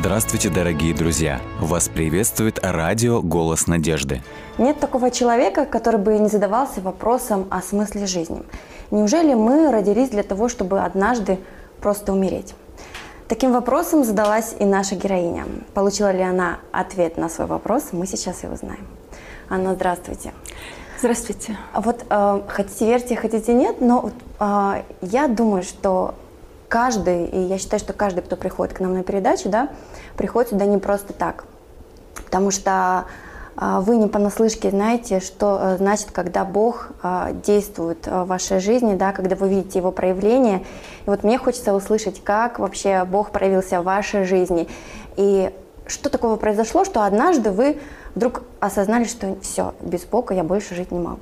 Здравствуйте, дорогие друзья! Вас приветствует радио «Голос надежды». Нет такого человека, который бы не задавался вопросом о смысле жизни. Неужели мы родились для того, чтобы однажды просто умереть? Таким вопросом задалась и наша героиня. Получила ли она ответ на свой вопрос, мы сейчас и узнаем. Анна, здравствуйте. Здравствуйте. Вот хотите верьте, хотите нет, но я думаю, что каждый, и я считаю, что каждый, кто приходит к нам на передачу, да, приходит сюда не просто так. Потому что вы не понаслышке знаете, что значит, когда Бог действует в вашей жизни, да, когда вы видите Его проявление. И вот мне хочется услышать, как вообще Бог проявился в вашей жизни. И что такого произошло, что однажды вы вдруг осознали, что все, без Бога я больше жить не могу.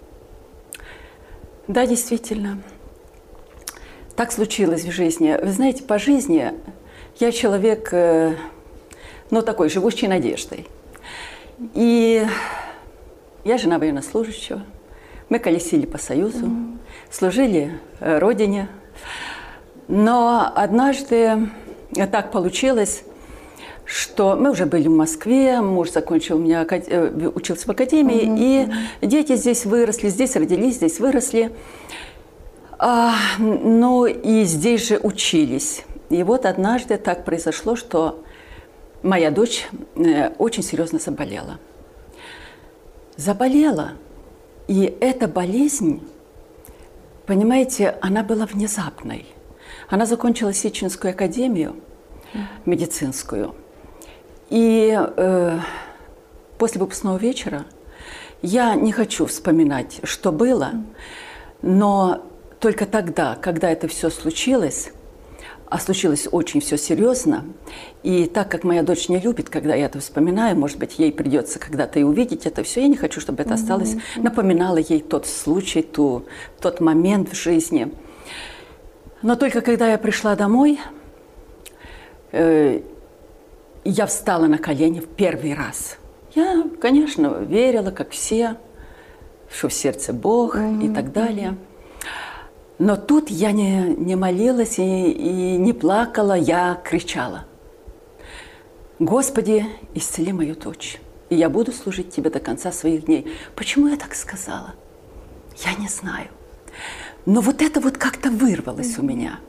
Да, действительно. Так случилось в жизни. Вы знаете, по жизни я человек, такой, живущий надеждой. И я жена военнослужащего. Мы колесили по Союзу, служили Родине. Но однажды так получилось, что мы уже были в Москве, муж закончил у меня, учился в академии, и дети здесь выросли, здесь родились, здесь выросли. Ну и здесь же учились. И вот однажды так произошло, что моя дочь очень серьезно заболела. Заболела. И эта болезнь, понимаете, она была внезапной. Она закончила Сеченскую академию медицинскую. И после выпускного вечера я не хочу вспоминать, что было, но только тогда, когда это все случилось, а случилось очень все серьезно, и так как моя дочь не любит, когда я это вспоминаю, может быть, ей придется когда-то и увидеть это все, я не хочу, чтобы это осталось, напоминало ей тот случай, тот момент в жизни. Но только когда я пришла домой, я встала на колени в первый раз. Я, конечно, верила, как все, что в сердце Бог и так далее. Но тут я не молилась и не плакала, я кричала: «Господи, исцели мою дочь, и я буду служить Тебе до конца своих дней». Почему я так сказала? Я не знаю. Но вот это вот как-то вырвалось у меня.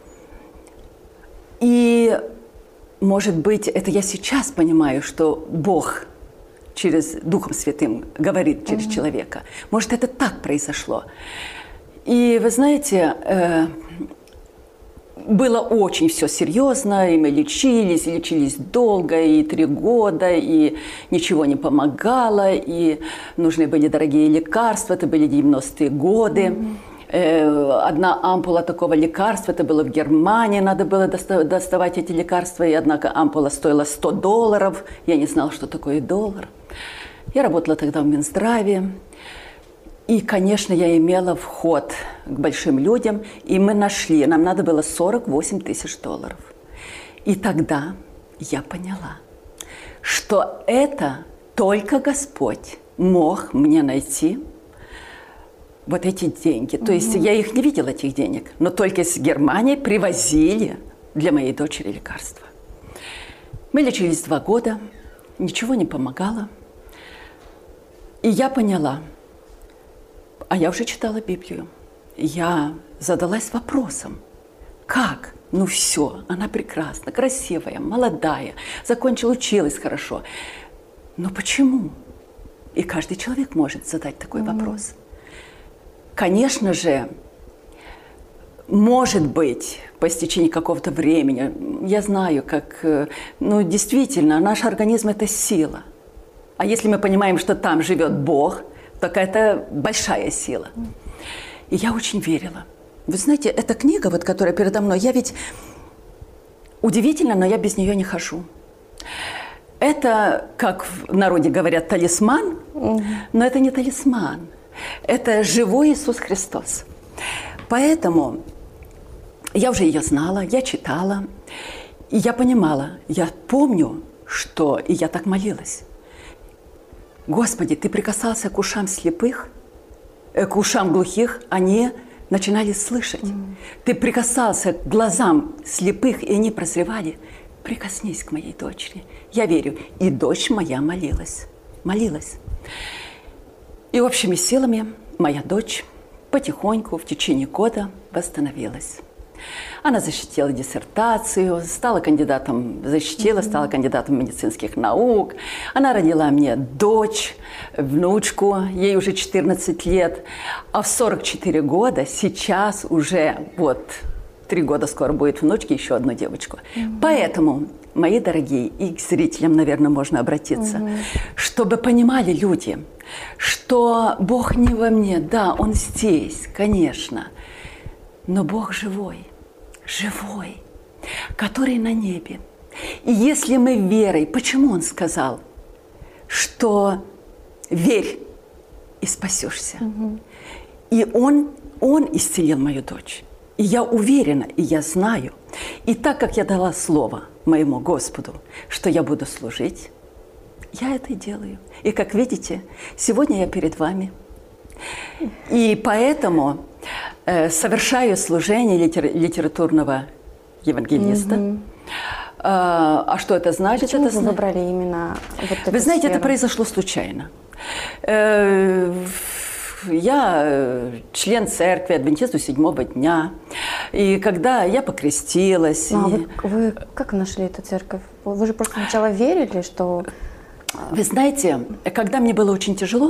И, может быть, это я сейчас понимаю, что Бог через Духом Святым говорит через человека. Может, это так произошло. И вы знаете, было очень все серьезно, и мы лечились долго, и 3 года, и ничего не помогало, и нужны были дорогие лекарства, это были 90-е годы. Одна ампула такого лекарства, это было в Германии, надо было доставать эти лекарства, и одна ампула стоила $100, я не знала, что такое доллар. Я работала тогда в Минздраве. И, конечно, я имела вход к большим людям, и мы нашли, нам надо было $48 тысяч. И тогда я поняла, что это только Господь мог мне найти вот эти деньги. То есть я их не видела, этих денег, но только из Германии привозили для моей дочери лекарства. Мы лечились 2 года, ничего не помогало. И я поняла. А я уже читала Библию. Я задалась вопросом, как? Ну все, она прекрасна, красивая, молодая, закончила, училась хорошо. Но почему? И каждый человек может задать такой вопрос. Конечно же, может быть, по истечении какого-то времени, я знаю, как, действительно, наш организм – это сила. А если мы понимаем, что там живет Бог, то это большая сила. И я очень верила. Вы знаете, эта книга, вот, которая передо мной, я ведь удивительно, но я без нее не хожу. Это, как в народе говорят, талисман, но это не талисман. Это живой Иисус Христос. Поэтому я уже ее знала, я читала, и я понимала, я помню, что... И я так молилась. Господи, Ты прикасался к ушам слепых, к ушам глухих, они начинали слышать. Ты прикасался к глазам слепых, и они прозревали. прикоснись к моей дочери. Я верю. И дочь моя молилась. И общими силами моя дочь потихоньку в течение года восстановилась. Она защитила диссертацию, стала кандидатом медицинских наук. Она родила мне дочь, внучку, ей уже 14 лет. А в 44 года сейчас уже 3 года скоро будет внучке, еще одну девочку. Поэтому, мои дорогие, и к зрителям, наверное, можно обратиться, чтобы понимали люди, что Бог не во мне, да, Он здесь, конечно, но Бог живой, который на небе. И если мы верой, почему Он сказал, что верь и спасешься? И Он исцелил мою дочь. И я уверена, и я знаю, и так как я дала слово моему Господу, что я буду служить, я это и делаю. И как видите, сегодня я перед вами. И поэтому совершаю служение литературного евангелиста. А что это значит? Почему вы выбрали именно вот эту Вы знаете, сферу? это произошло случайно. Я член церкви Адвентистов седьмого дня. И когда я покрестилась... Вы как нашли эту церковь? Вы же просто сначала верили, что... Вы знаете, когда мне было очень тяжело,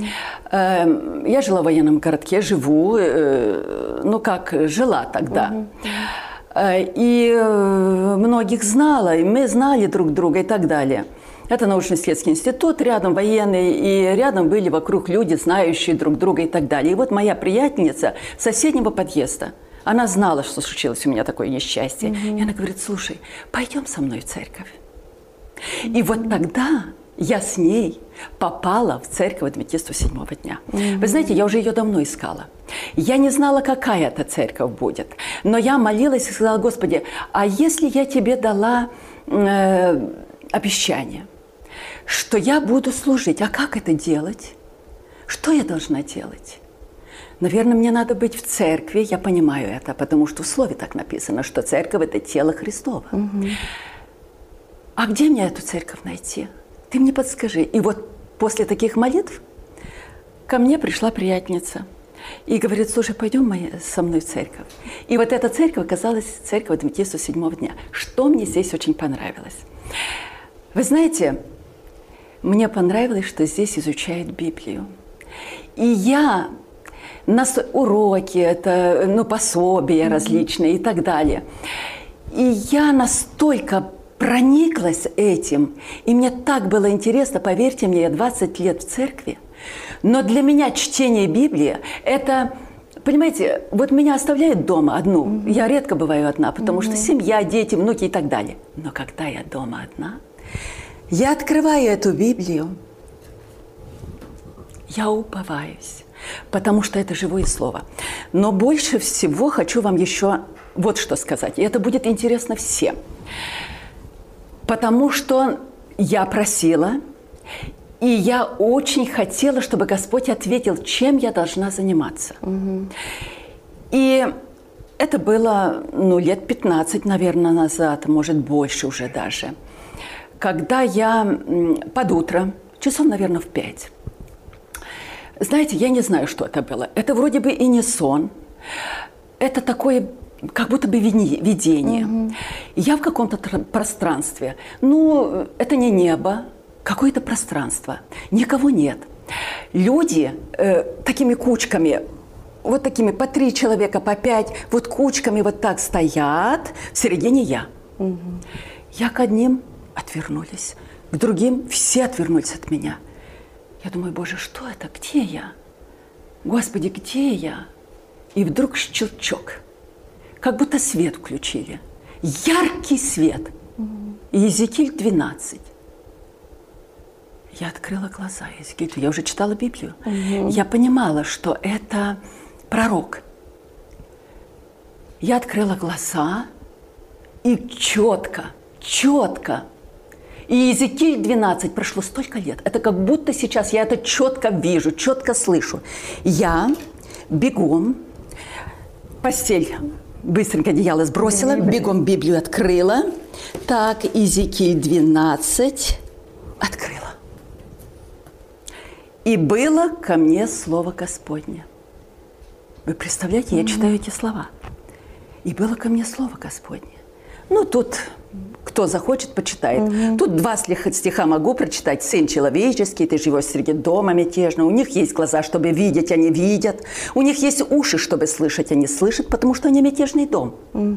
я жила в военном городке, жила тогда. И многих знала, и мы знали друг друга и так далее. Это научно-исследовательский институт, рядом военный, и рядом были вокруг люди, знающие друг друга и так далее. И вот моя приятельница с соседнего подъезда, она знала, что случилось у меня такое несчастье. И она говорит: слушай, пойдем со мной в церковь. И вот тогда я с ней попала в церковь Адвентистов седьмого дня. Вы знаете, я уже ее давно искала. Я не знала, какая это церковь будет. Но я молилась и сказала: Господи, а если я тебе дала обещание, что я буду служить, а как это делать? Что я должна делать? Наверное, мне надо быть в церкви, я понимаю это, потому что в Слове так написано, что церковь – это тело Христово. А где мне эту церковь найти? Ты мне подскажи. И вот после таких молитв ко мне пришла приятельница и говорит: слушай, пойдем со мной в церковь. И вот эта церковь оказалась церковь Адвентистов седьмого дня. Что мне здесь очень понравилось? Вы знаете, мне понравилось, что здесь изучают Библию. И я на уроки, это пособия различные и так далее. И я настолько прониклась этим, и мне так было интересно, поверьте мне, я 20 лет в церкви, но для меня чтение Библии – это, понимаете, вот меня оставляют дома одну, я редко бываю одна, потому что семья, дети, внуки и так далее. Но когда я дома одна, я открываю эту Библию, я уповаюсь, потому что это живое слово. Но больше всего хочу вам еще вот что сказать, и это будет интересно всем. Потому что я просила, и я очень хотела, чтобы Господь ответил, чем я должна заниматься. И это было, лет 15, наверное, назад, может, больше уже даже. Когда я под утро, часов, наверное, в 5. Знаете, я не знаю, что это было. Это вроде бы и не сон. Это такое... как будто бы видение. Я в каком-то пространстве. Это не небо, какое-то пространство. Никого нет. Люди такими кучками, вот такими по 3 человека, по 5, вот кучками вот так стоят, в середине я. Я к одним отвернулись, к другим все отвернулись от меня. Я думаю: Боже, что это? Где я? Господи, где я? И вдруг щелчок. Как будто свет включили. Яркий свет. Иезекииль 12. Я открыла глаза. Я уже читала Библию. Я понимала, что это пророк. Я открыла глаза и четко. И Иезекииль 12, прошло столько лет. Это как будто сейчас я это четко вижу, четко слышу. Я бегом, постель, быстренько одеяло сбросила, бегом Библию открыла Так, Иезекииль 12 открыла. «И было ко мне слово Господне». Вы представляете, я читаю эти слова. «И было ко мне слово Господне». Ну, тут кто захочет, почитает. Тут 2 стиха могу прочитать. «Сын человеческий, ты живешь среди дома мятежного». У них есть глаза, чтобы видеть, они видят. У них есть уши, чтобы слышать, они слышат, потому что они мятежный дом.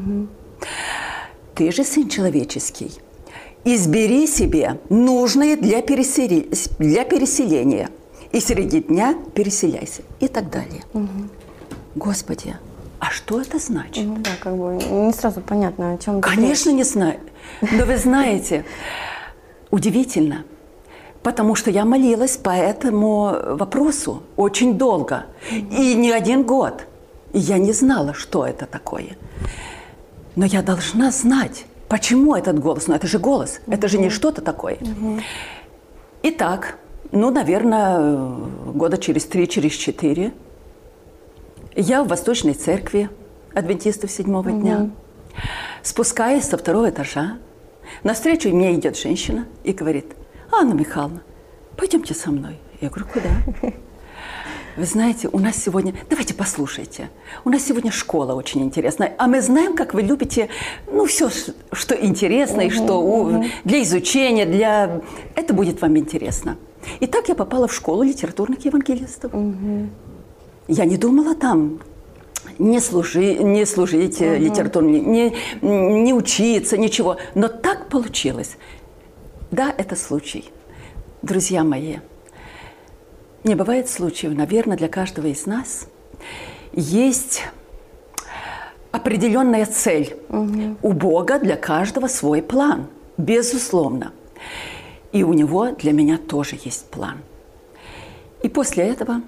«Ты же, сын человеческий, избери себе нужное для переселения, и среди дня переселяйся». И так далее. Господи, а что это значит? Ну да, как бы не сразу понятно, о чем. Конечно, не знаю. Но вы знаете, удивительно, потому что я молилась по этому вопросу очень долго. И не 1 год. И я не знала, что это такое. Но я должна знать, почему этот голос. Но это же голос, это же не что-то такое. Итак, ну, наверное, года через 3, через 4 я в Восточной церкви адвентистов 7-го дня. Спускаюсь со 2-го этажа. Навстречу мне идет женщина и говорит: «Анна Михайловна, пойдемте со мной». Я говорю: «Куда?» Вы знаете, у нас сегодня... Давайте послушайте. У нас сегодня школа очень интересная. А мы знаем, как вы любите, ну, все, что интересно, и что для изучения, для... Это будет вам интересно. И так я попала в школу литературных евангелистов. Я не думала там не служить литературной, не учиться, ничего. Но так получилось. Да, это случай. Друзья мои, не бывает случаев, наверное, для каждого из нас есть определенная цель. У Бога для каждого свой план, безусловно. И у Него для меня тоже есть план. И после этого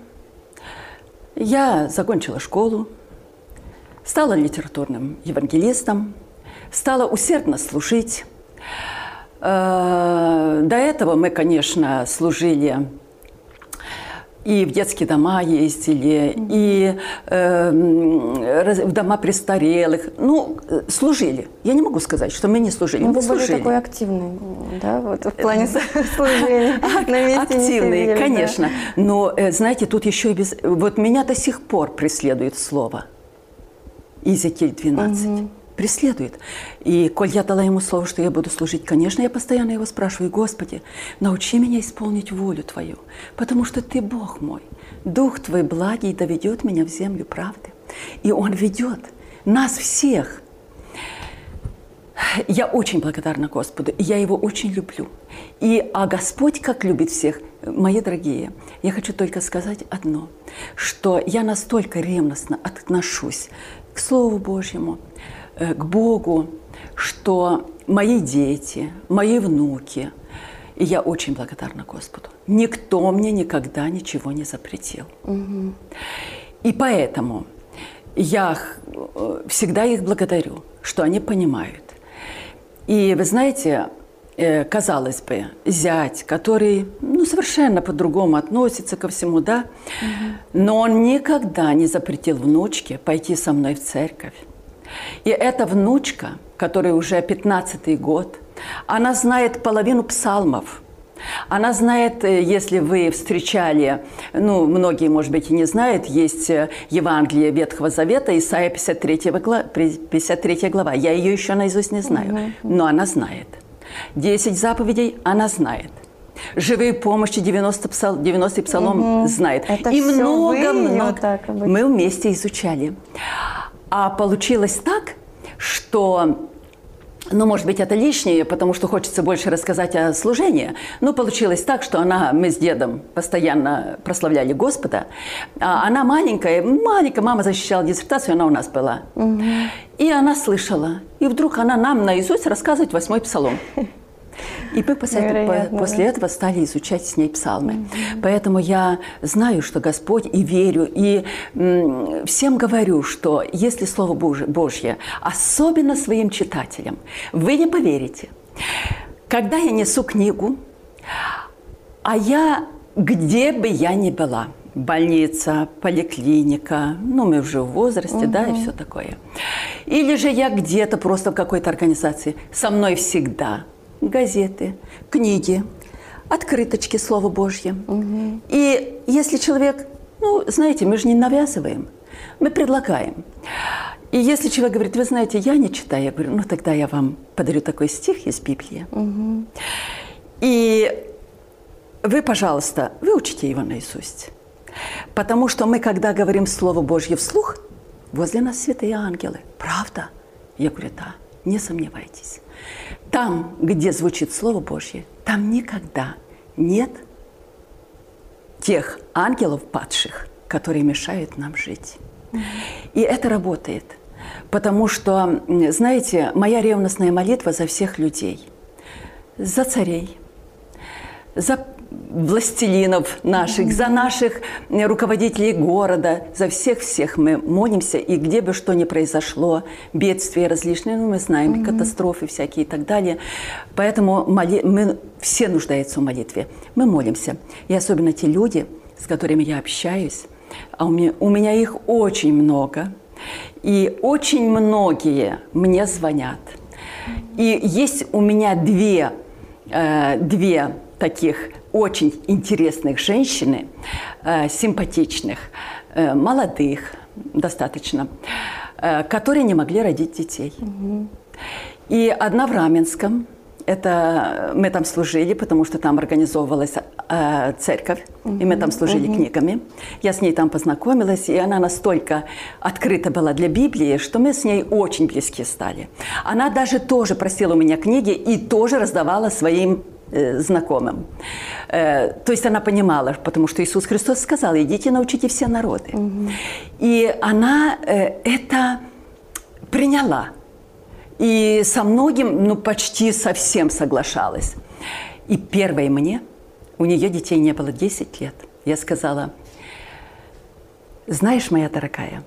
я закончила школу, стала литературным евангелистом, стала усердно служить. До этого мы, конечно, служили и в детские дома ездили, и в дома престарелых. Ну, служили. Я не могу сказать, что мы не служили. Ну, мы вы были служили. такой активный, да, вот в плане служения. На месте не Активный, сидели, конечно. да. Но, знаете, тут еще и без... Вот меня до сих пор преследует слово. Иезекииль 12. Преследует. И коль я дала ему слово, что я буду служить, конечно, я постоянно его спрашиваю: «Господи, научи меня исполнить волю Твою, потому что Ты Бог мой. Дух Твой благий доведет меня в землю правды». И Он ведет нас всех. Я очень благодарна Господу, и я Его очень люблю. А Господь как любит всех. Мои дорогие, я хочу только сказать одно, что я настолько ревностно отношусь к Слову Божьему, к Богу, что мои дети, мои внуки, и я очень благодарна Господу. Никто мне никогда ничего не запретил. И поэтому я всегда их благодарю, что они понимают. И вы знаете, казалось бы, зять, который совершенно по-другому относится ко всему, да, но он никогда не запретил внучке пойти со мной в церковь. И эта внучка, которая уже 15-й год, она знает половину псалмов. Она знает, если вы встречали, многие, может быть, и не знают, есть Евангелие Ветхого Завета, Исайя 53 глава. Я ее еще наизусть не знаю, но она знает. 10 заповедей она знает. Живые помощи, 90-й псалом знает. Это и много-много. Мы вместе изучали. А получилось так, что, может быть, это лишнее, потому что хочется больше рассказать о служении, но получилось так, что мы с дедом постоянно прославляли Господа. Она маленькая, мама защищала диссертацию, она у нас была. И она слышала. И вдруг она нам наизусть рассказывает 8-й псалом. И мы после этого стали изучать с ней псалмы. Поэтому я знаю, что Господь, и верю, и всем говорю, что если Слово Божье, особенно своим читателям, вы не поверите, когда я несу книгу, а я, где бы я ни была, больница, поликлиника, мы уже в возрасте, да, и все такое. или же я где-то просто в какой-то организации. Со мной всегда газеты, книги, открыточки Слова Божье. И если человек, ну, знаете, мы же не навязываем, мы предлагаем. И если человек говорит, вы знаете, я не читаю, я говорю, ну тогда я вам подарю такой стих из Библии. И вы, пожалуйста, выучите его наизусть. Потому что мы, когда говорим Слово Божье вслух, возле нас святые ангелы. Правда? Я говорю, да, не сомневайтесь. Там, где звучит Слово Божье, там никогда нет тех ангелов падших, которые мешают нам жить. И это работает. Потому что, знаете, моя ревностная молитва за всех людей. За царей, за властелинов наших, за наших руководителей города, за всех-всех мы молимся, и где бы что ни произошло, бедствия различные, ну, мы знаем, катастрофы всякие и так далее. Поэтому мы все нуждаются в молитве. Мы молимся. И особенно те люди, с которыми я общаюсь, а у меня их очень много, и очень многие мне звонят. И есть у меня две таких очень интересных женщины, симпатичных, молодых достаточно, которые не могли родить детей. И одна в Раменском, это мы там служили, потому что там организовывалась церковь, и мы там служили книгами. Я с ней там познакомилась, и она настолько открыта была для Библии, что мы с ней очень близки стали. Она даже тоже просила у меня книги и тоже раздавала своим знакомым. То есть она понимала, потому что Иисус Христос сказал, идите научите все народы. И она это приняла. И со многим, ну почти совсем соглашалась. И первой мне, у нее детей не было 10 лет, я сказала, знаешь, моя дорогая,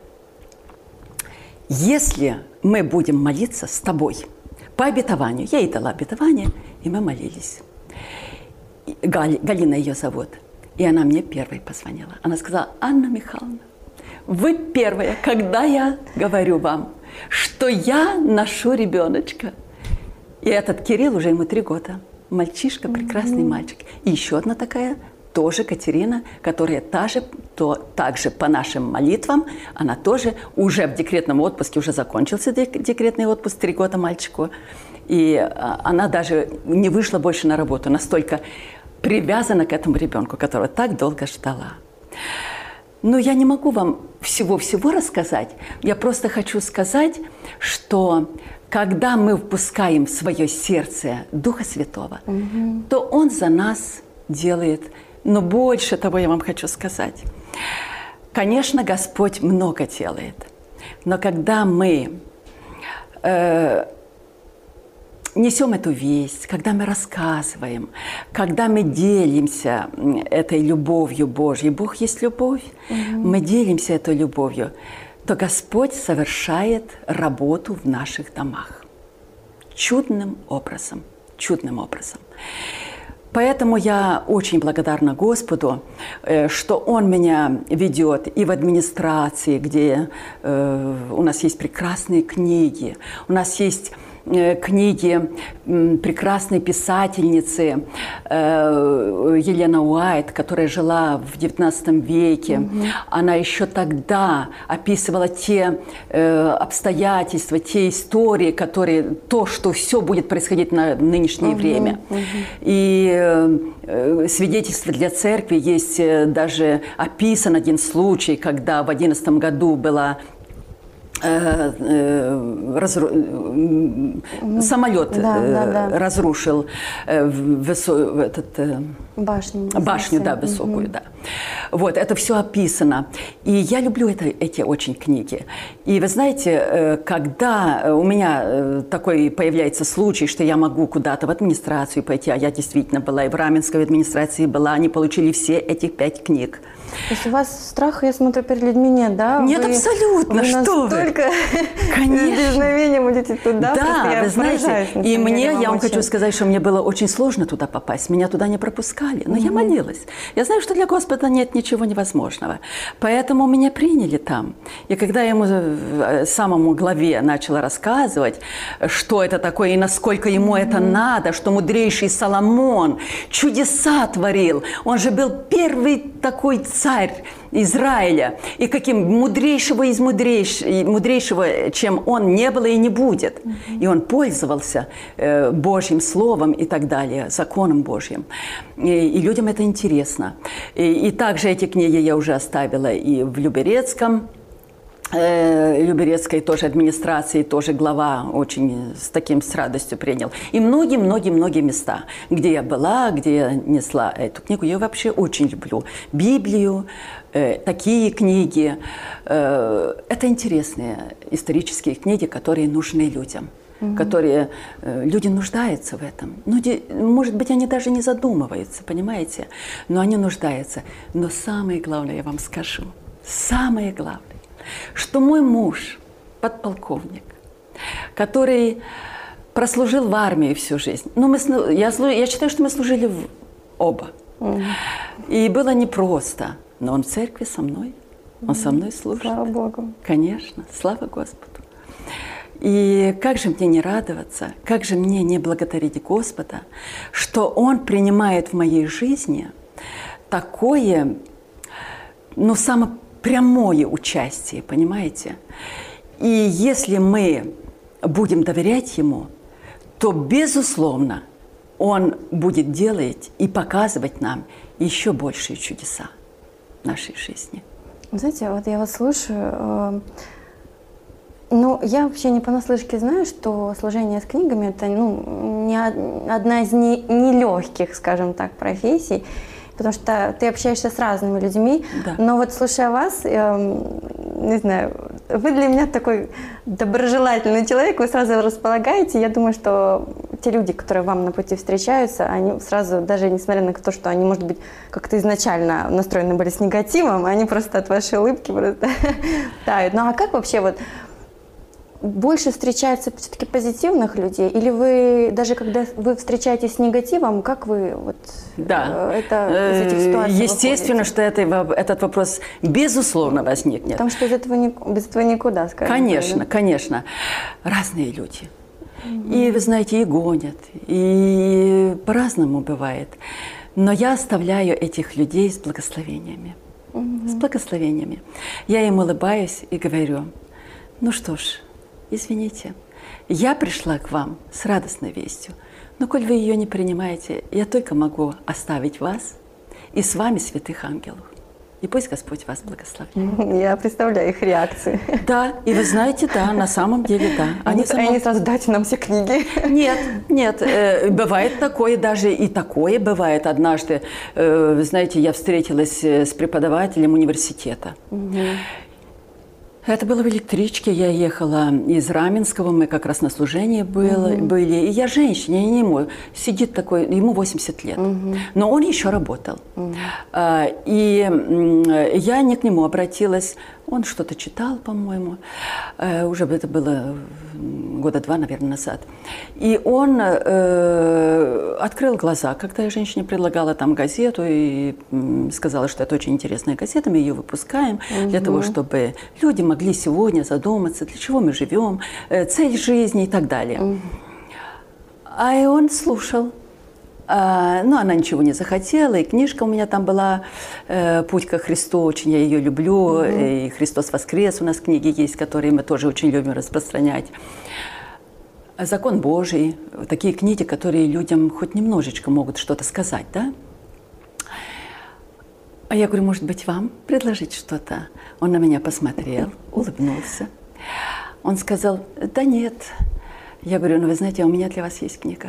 если мы будем молиться с тобой по обетованию, я ей дала обетование, и мы молились. Галина ее зовут. И она мне первой позвонила. Она сказала, Анна Михайловна, вы первая, когда я говорю вам, что я ношу ребеночка. И этот Кирилл, уже ему 3 года. Мальчишка, прекрасный мальчик. И еще одна такая, тоже Катерина, которая также по нашим молитвам, она тоже уже в декретном отпуске, уже закончился декретный отпуск, 3 года мальчику. И она даже не вышла больше на работу, настолько привязана к этому ребенку, которого так долго ждала. Но я не могу вам всего-всего рассказать. Я просто хочу сказать, что когда мы впускаем в свое сердце Духа Святого, то Он за нас делает. Но больше того я вам хочу сказать. Конечно, Господь много делает. Но когда мы несем эту весть, когда мы рассказываем, когда мы делимся этой любовью Божьей, Бог есть любовь, мы делимся этой любовью, то Господь совершает работу в наших домах. Чудным образом, чудным образом. Поэтому я очень благодарна Господу, что Он меня ведет и в администрации, где у нас есть прекрасные книги, у нас есть книги прекрасной писательницы Елена Уайт, которая жила в XIX веке. Она еще тогда описывала те обстоятельства, те истории, то, что все будет происходить на нынешнее время. И свидетельство для церкви есть, даже описан один случай, когда в 2011 году была самолет разрушил башню, да, высокую, да. Вот, это все описано. И я люблю эти очень книги. И вы знаете, когда у меня такой появляется случай, что я могу куда-то в администрацию пойти, а я действительно была и в Раменской администрации была, они получили все эти 5 книг. То есть у вас страха, я смотрю, перед людьми нет, да? Нет, абсолютно, что вы! Конечно. Дерзновением идете туда. Да, вы знаете, и мне, я вам хочу сказать, что мне было очень сложно туда попасть, меня туда не пропускали, но я молилась. Я знаю, что для Господа Господа нет ничего невозможного. Поэтому меня приняли там. И когда я ему самому главе начала рассказывать, что это такое и насколько ему это надо, что мудрейший Соломон чудеса творил. Он же был первый такой царь Израиля. И каким мудрейшего из мудрейшего, чем он, не было и не будет. И он пользовался Божьим Словом и так далее, законом Божьим. И людям это интересно. И также эти книги я уже оставила и в Люберецком. Люберецкой тоже администрации, тоже глава очень с радостью принял. И многие места, где я была, где я несла эту книгу. Я вообще очень люблю Библию, такие книги. Это интересные исторические книги, которые нужны людям. Которые люди нуждаются в этом. Может быть, они даже не задумываются, понимаете? Но они нуждаются. Но самое главное, я вам скажу, самое главное, что мой муж, подполковник, который прослужил в армии всю жизнь. Я считаю, что мы служили оба. И было непросто. Но он в церкви со мной. Он со мной служит. Слава Богу. Конечно, слава Господу. И как же мне не радоваться, как же мне не благодарить Господа, что Он принимает в моей жизни такое, самое прямое участие, понимаете? И если мы будем доверять Ему, то, безусловно, Он будет делать и показывать нам еще большие чудеса в нашей жизни. Знаете, вот я вас слушаю. Я вообще не понаслышке знаю, что служение с книгами – это одна из нелегких, скажем так, профессий, потому что ты общаешься с разными людьми. Да. Но вот слушая вас, не знаю, вы для меня такой доброжелательный человек, вы сразу располагаете. Я думаю, что те люди, которые вам на пути встречаются, они сразу, даже несмотря на то, что они, может быть, как-то изначально настроены были с негативом, они просто от вашей улыбки просто тают. А как вообще больше встречается все-таки позитивных людей? Или вы, даже когда вы встречаетесь с негативом, как вы из этих ситуаций естественно, выходите? что этот вопрос безусловно возникнет. Потому что без этого никуда, скажем. Конечно, конечно. Разные люди. И, вы знаете, и гонят, и по-разному бывает. Но я оставляю этих людей с благословениями. С благословениями. Я им улыбаюсь и говорю: ну что ж, извините, я пришла к вам с радостной вестью, но коль вы ее не принимаете, я только могу оставить вас и с вами святых ангелов. И пусть Господь вас благословит. Я представляю их реакции. Да, и вы знаете, да, на самом деле, да. Они сразу: дайте нам все книги. Нет, бывает такое, даже и такое бывает. Однажды, вы знаете, я встретилась с преподавателем университета. Это было в электричке, я ехала из Раменского, мы как раз на служении были. И я женщина, я не ему, сидит такой, ему 80 лет, но он еще работал. И я не к нему обратилась, он что-то читал, по-моему, уже это было года 2, наверное, назад. И он открыл глаза, когда я женщине предлагала там газету и сказала, что это очень интересная газета, мы ее выпускаем для того, чтобы люди могли сегодня задуматься, для чего мы живем, цель жизни и так далее. И он слушал. Она ничего не захотела, и книжка у меня там была «Путь ко Христу», очень я ее люблю, и «Христос воскрес» у нас книги есть, которые мы тоже очень любим распространять. «Закон Божий», такие книги, которые людям хоть немножечко могут что-то сказать, да? А я говорю: может быть, вам предложить что-то? Он на меня посмотрел, улыбнулся. Он сказал: да нет. Я говорю: ну вы знаете, у меня для вас есть книга.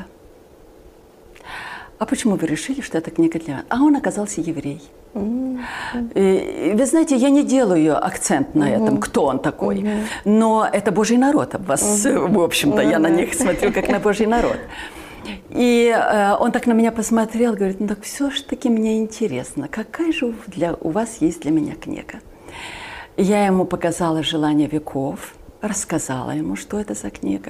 А почему вы решили, что эта книга для вас? А он оказался еврей. И, вы знаете, я не делаю акцент на этом, кто он такой. Но это Божий народ. В общем-то, я на них смотрю, как на Божий народ. И он так на меня посмотрел, говорит: ну так все же таки мне интересно, какая же у вас есть для меня книга? И я ему показала «Желание веков», рассказала ему, что это за книга,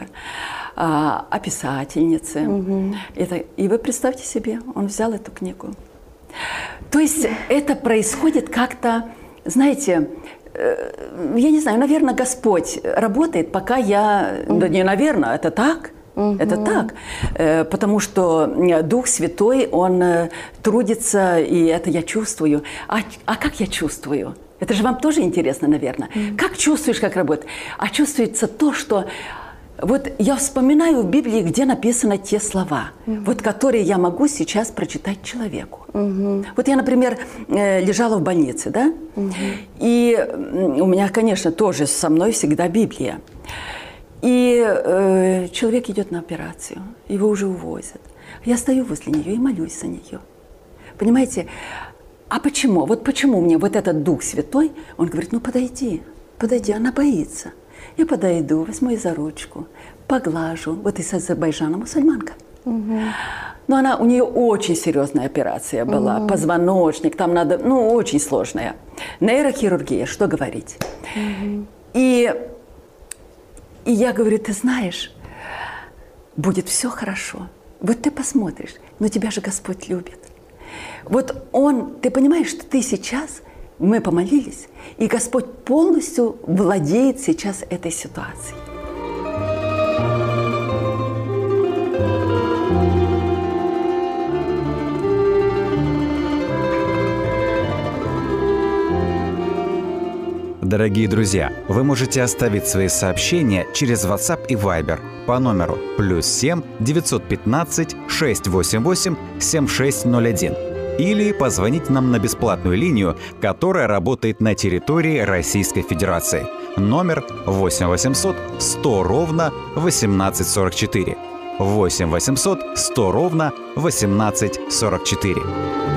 о писательнице. И вы представьте себе, он взял эту книгу. То есть это происходит как-то, знаете, я не знаю, наверное, Господь работает, пока я... Да не наверное, это так. Это так. Потому что Дух Святой, Он трудится, и это я чувствую. А как я чувствую? Это же вам тоже интересно, наверное. Как чувствуешь, как работает? А чувствуется то, что... Вот я вспоминаю в Библии, где написаны те слова, вот которые я могу сейчас прочитать человеку. Вот я, например, лежала в больнице, да? И у меня, конечно, тоже со мной всегда Библия. И человек идет на операцию, его уже увозят. Я стою возле нее и молюсь за нее. Понимаете? А почему? Вот почему мне вот этот Дух Святой, он говорит, ну подойди, она боится. Я подойду, возьму ее за ручку, поглажу. Вот из Азербайджана мусульманка. Но у нее очень серьезная операция была, позвоночник, там надо, очень сложная. Нейрохирургия, что говорить. И я говорю, ты знаешь, будет все хорошо. Вот ты посмотришь, но тебя же Господь любит. Вот ты понимаешь, что ты сейчас, мы помолились, и Господь полностью владеет сейчас этой ситуацией. Дорогие друзья, вы можете оставить свои сообщения через WhatsApp и Viber по номеру +7 915 688 7601 или позвонить нам на бесплатную линию, которая работает на территории Российской Федерации. Номер 8 800 100 ровно 1844. 8 800 100 ровно 1844.